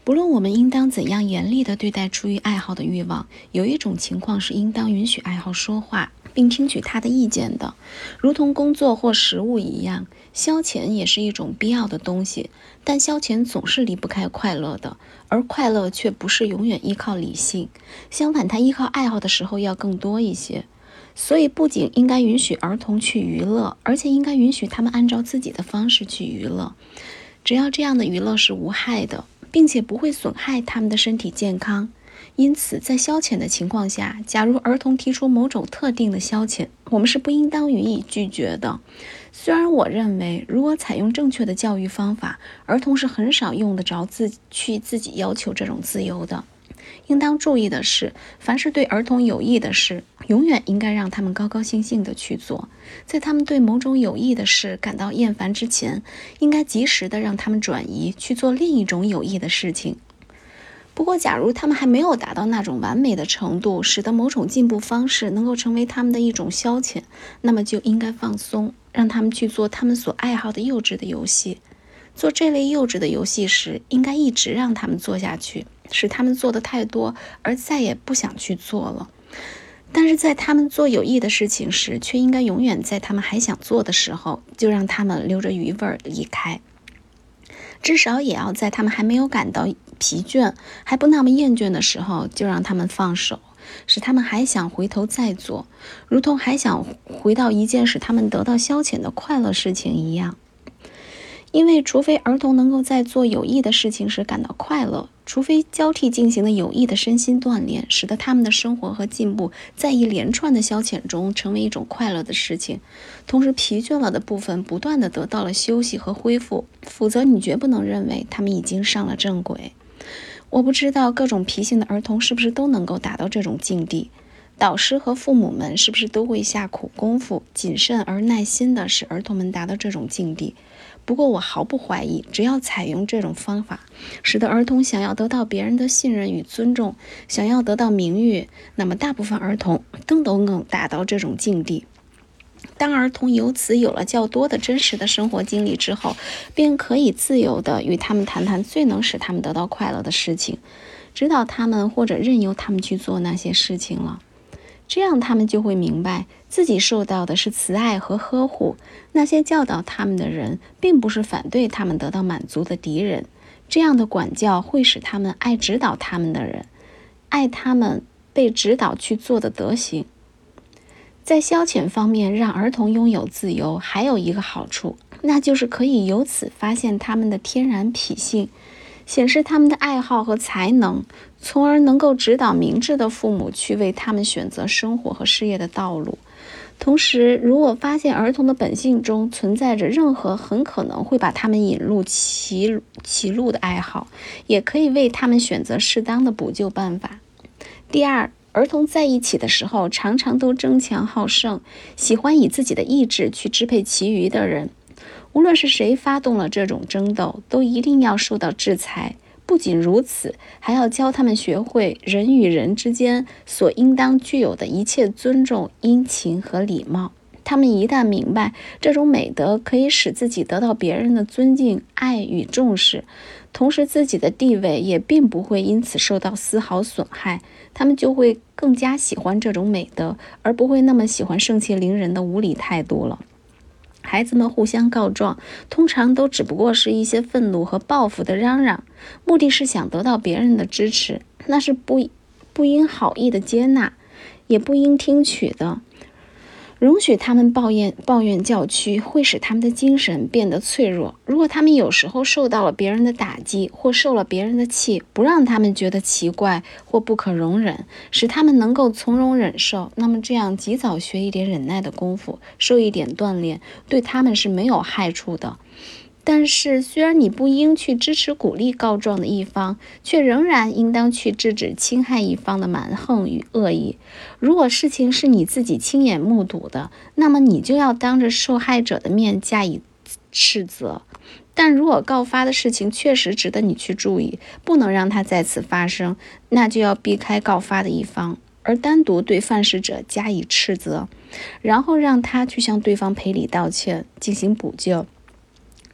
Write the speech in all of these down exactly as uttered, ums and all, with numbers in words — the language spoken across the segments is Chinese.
不论我们应当怎样严厉地对待出于爱好的欲望，有一种情况是应当允许爱好说话，并听取他的意见的。如同工作或食物一样，消遣也是一种必要的东西，但消遣总是离不开快乐的，而快乐却不是永远依靠理性，相反，它依靠爱好的时候要更多一些。所以不仅应该允许儿童去娱乐，而且应该允许他们按照自己的方式去娱乐，只要这样的娱乐是无害的，并且不会损害他们的身体健康。因此，在消遣的情况下，假如儿童提出某种特定的消遣，我们是不应当予以拒绝的。虽然我认为，如果采用正确的教育方法，儿童是很少用得着自去自己要求这种自由的。应当注意的是，凡是对儿童有益的事，永远应该让他们高高兴兴地去做。在他们对某种有益的事感到厌烦之前，应该及时地让他们转移去做另一种有益的事情。不过，假如他们还没有达到那种完美的程度，使得某种进步方式能够成为他们的一种消遣，那么就应该放松，让他们去做他们所爱好的幼稚的游戏。做这类幼稚的游戏时，应该一直让他们做下去，使他们做得太多，而再也不想去做了。但是在他们做有益的事情时，却应该永远在他们还想做的时候，就让他们留着余味离开。至少也要在他们还没有感到疲倦，还不那么厌倦的时候，就让他们放手，使他们还想回头再做，如同还想回到一件使他们得到消遣的快乐事情一样。因为除非儿童能够在做有益的事情时感到快乐，除非交替进行的有益的身心锻炼，使得他们的生活和进步在一连串的消遣中成为一种快乐的事情，同时疲倦了的部分不断地得到了休息和恢复，否则你绝不能认为他们已经上了正轨。我不知道各种脾性的儿童是不是都能够达到这种境地，导师和父母们是不是都会下苦功夫，谨慎而耐心地使儿童们达到这种境地。不过我毫不怀疑，只要采用这种方法，使得儿童想要得到别人的信任与尊重，想要得到名誉，那么大部分儿童都能够达到这种境地。当儿童由此有了较多的真实的生活经历之后，便可以自由地与他们谈谈最能使他们得到快乐的事情，指导他们或者任由他们去做那些事情了。这样他们就会明白，自己受到的是慈爱和呵护，那些教导他们的人并不是反对他们得到满足的敌人。这样的管教会使他们爱指导他们的人，爱他们被指导去做的德行。在消遣方面，让儿童拥有自由还有一个好处，那就是可以由此发现他们的天然脾性，显示他们的爱好和才能，从而能够指导明智的父母去为他们选择生活和事业的道路。同时，如果发现儿童的本性中存在着任何很可能会把他们引入歧歧路的爱好，也可以为他们选择适当的补救办法。第二，儿童在一起的时候常常都争强好胜，喜欢以自己的意志去支配其余的人。无论是谁发动了这种争斗，都一定要受到制裁。不仅如此，还要教他们学会人与人之间所应当具有的一切尊重、殷勤和礼貌。他们一旦明白这种美德可以使自己得到别人的尊敬、爱与重视，同时自己的地位也并不会因此受到丝毫损害，他们就会更加喜欢这种美德，而不会那么喜欢盛气凌人的无理态度了。孩子们互相告状，通常都只不过是一些愤怒和报复的嚷嚷，目的是想得到别人的支持，那是不不应好意的接纳，也不应听取的。容许他们抱怨抱怨叫屈，会使他们的精神变得脆弱。如果他们有时候受到了别人的打击，或受了别人的气，不让他们觉得奇怪或不可容忍，使他们能够从容忍受，那么这样及早学一点忍耐的功夫，受一点锻炼，对他们是没有害处的。但是虽然你不应去支持鼓励告状的一方，却仍然应当去制止侵害一方的蛮横与恶意。如果事情是你自己亲眼目睹的，那么你就要当着受害者的面加以斥责。但如果告发的事情确实值得你去注意，不能让它再次发生，那就要避开告发的一方，而单独对犯事者加以斥责，然后让他去向对方赔礼道歉，进行补救。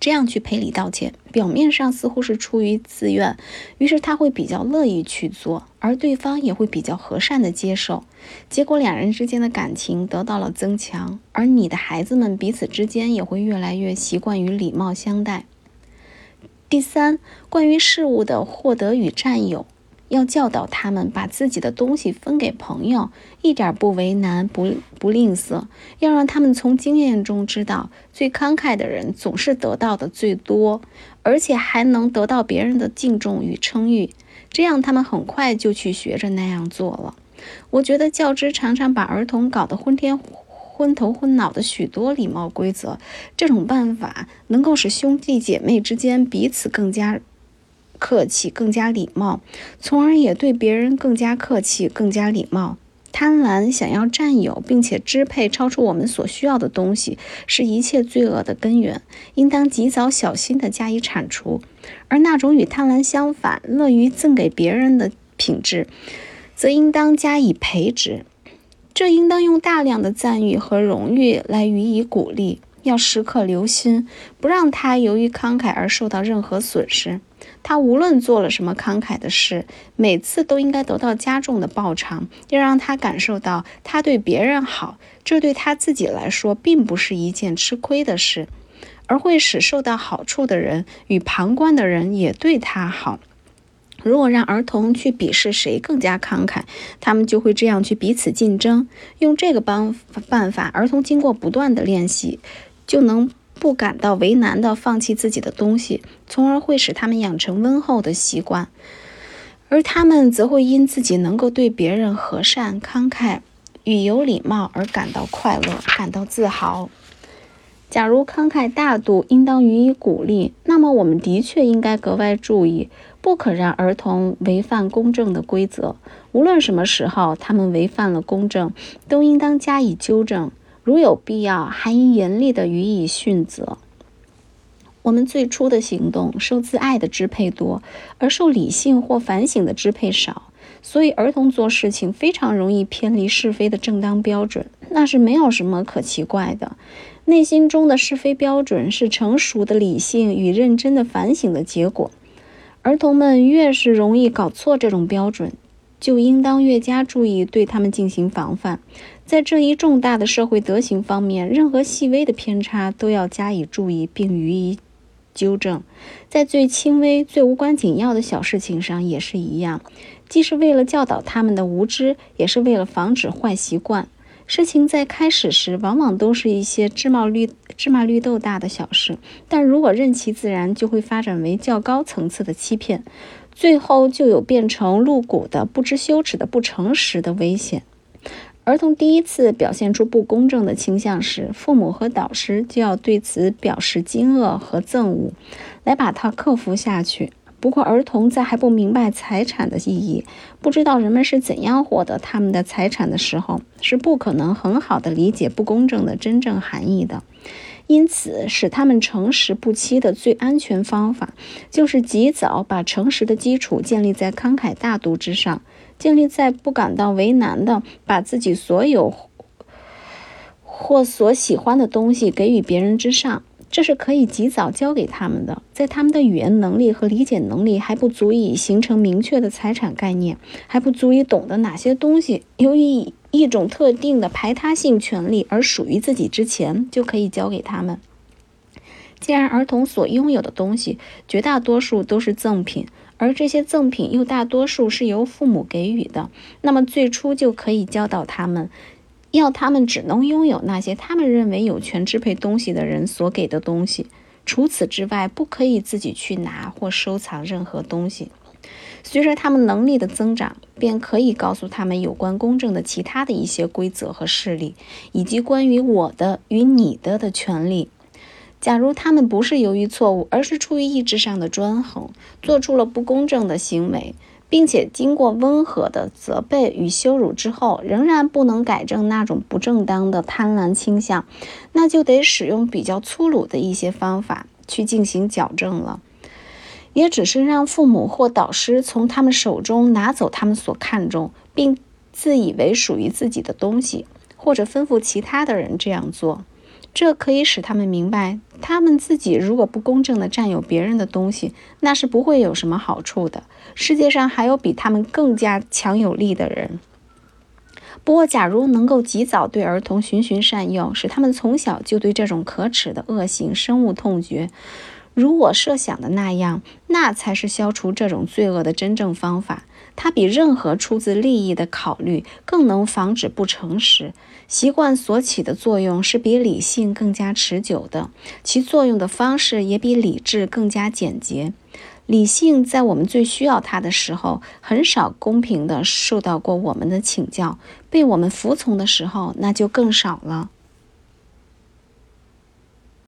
这样去赔礼道歉，表面上似乎是出于自愿，于是他会比较乐意去做，而对方也会比较和善的接受，结果两人之间的感情得到了增强，而你的孩子们彼此之间也会越来越习惯于礼貌相待。第三，关于事物的获得与占有，要教导他们把自己的东西分给朋友，一点不为难，不不吝啬，要让他们从经验中知道，最慷慨的人总是得到的最多，而且还能得到别人的敬重与称誉，这样他们很快就去学着那样做了。我觉得教师常常把儿童搞得昏天昏头昏脑的许多礼貌规则，这种办法能够使兄弟姐妹之间彼此更加客气，更加礼貌，从而也对别人更加客气，更加礼貌。贪婪想要占有并且支配超出我们所需要的东西，是一切罪恶的根源，应当及早小心地加以铲除。而那种与贪婪相反，乐于赠给别人的品质，则应当加以培植。这应当用大量的赞誉和荣誉来予以鼓励，要时刻留心，不让他由于慷慨而受到任何损失。他无论做了什么慷慨的事，每次都应该得到加重的报偿，要让他感受到他对别人好，这对他自己来说并不是一件吃亏的事，而会使受到好处的人与旁观的人也对他好。如果让儿童去比试谁更加慷慨，他们就会这样去彼此竞争。用这个办法，儿童经过不断的练习，就能不感到为难地放弃自己的东西，从而会使他们养成温厚的习惯，而他们则会因自己能够对别人和善、慷慨与有礼貌而感到快乐，感到自豪。假如慷慨大度应当予以鼓励，那么我们的确应该格外注意，不可让儿童违反公正的规则。无论什么时候他们违反了公正，都应当加以纠正，如有必要，还应严厉地予以训责。我们最初的行动受自爱的支配多，而受理性或反省的支配少，所以儿童做事情非常容易偏离是非的正当标准，那是没有什么可奇怪的。内心中的是非标准是成熟的理性与认真的反省的结果。儿童们越是容易搞错这种标准，就应当越加注意对他们进行防范。在这一重大的社会德行方面，任何细微的偏差都要加以注意并予以纠正。在最轻微、最无关紧要的小事情上也是一样，既是为了教导他们的无知，也是为了防止坏习惯。事情在开始时往往都是一些芝麻绿芝麻绿豆大的小事，但如果任其自然，就会发展为较高层次的欺骗，最后就有变成露骨的、不知羞耻的、不诚实的危险。儿童第一次表现出不公正的倾向时，父母和导师就要对此表示惊愕和憎恶，来把它克服下去。不过儿童在还不明白财产的意义，不知道人们是怎样获得他们的财产的时候，是不可能很好地理解不公正的真正含义的。因此，使他们诚实不欺的最安全方法，就是及早把诚实的基础建立在慷慨大度之上，建立在不感到为难的把自己所有或所喜欢的东西给予别人之上。这是可以及早教给他们的。在他们的语言能力和理解能力还不足以形成明确的财产概念，还不足以懂得哪些东西由于一种特定的排他性权利而属于自己之前，就可以教给他们。既然儿童所拥有的东西绝大多数都是赠品，而这些赠品又大多数是由父母给予的，那么最初就可以教导他们，要他们只能拥有那些他们认为有权支配东西的人所给的东西，除此之外不可以自己去拿或收藏任何东西。随着他们能力的增长，便可以告诉他们有关公正的其他的一些规则和事例，以及关于我的与你的的权利。假如他们不是由于错误，而是出于意志上的专横，做出了不公正的行为，并且经过温和的责备与羞辱之后，仍然不能改正那种不正当的贪婪倾向，那就得使用比较粗鲁的一些方法去进行矫正了。也只是让父母或导师从他们手中拿走他们所看重并自以为属于自己的东西，或者吩咐其他的人这样做。 这可以使他们明白，他们自己如果不公正地占有别人的东西，那是不会有什么好处的。世界上还有比他们更加强有力的人。不过，假如能够及早对儿童循循善诱，使他们从小就对这种可耻的恶行深恶痛绝，如我设想的那样，那才是消除这种罪恶的真正方法。它比任何出自利益的考虑更能防止不诚实。习惯所起的作用是比理性更加持久的，其作用的方式也比理智更加简洁。理性在我们最需要它的时候，很少公平地受到过我们的请教，被我们服从的时候，那就更少了。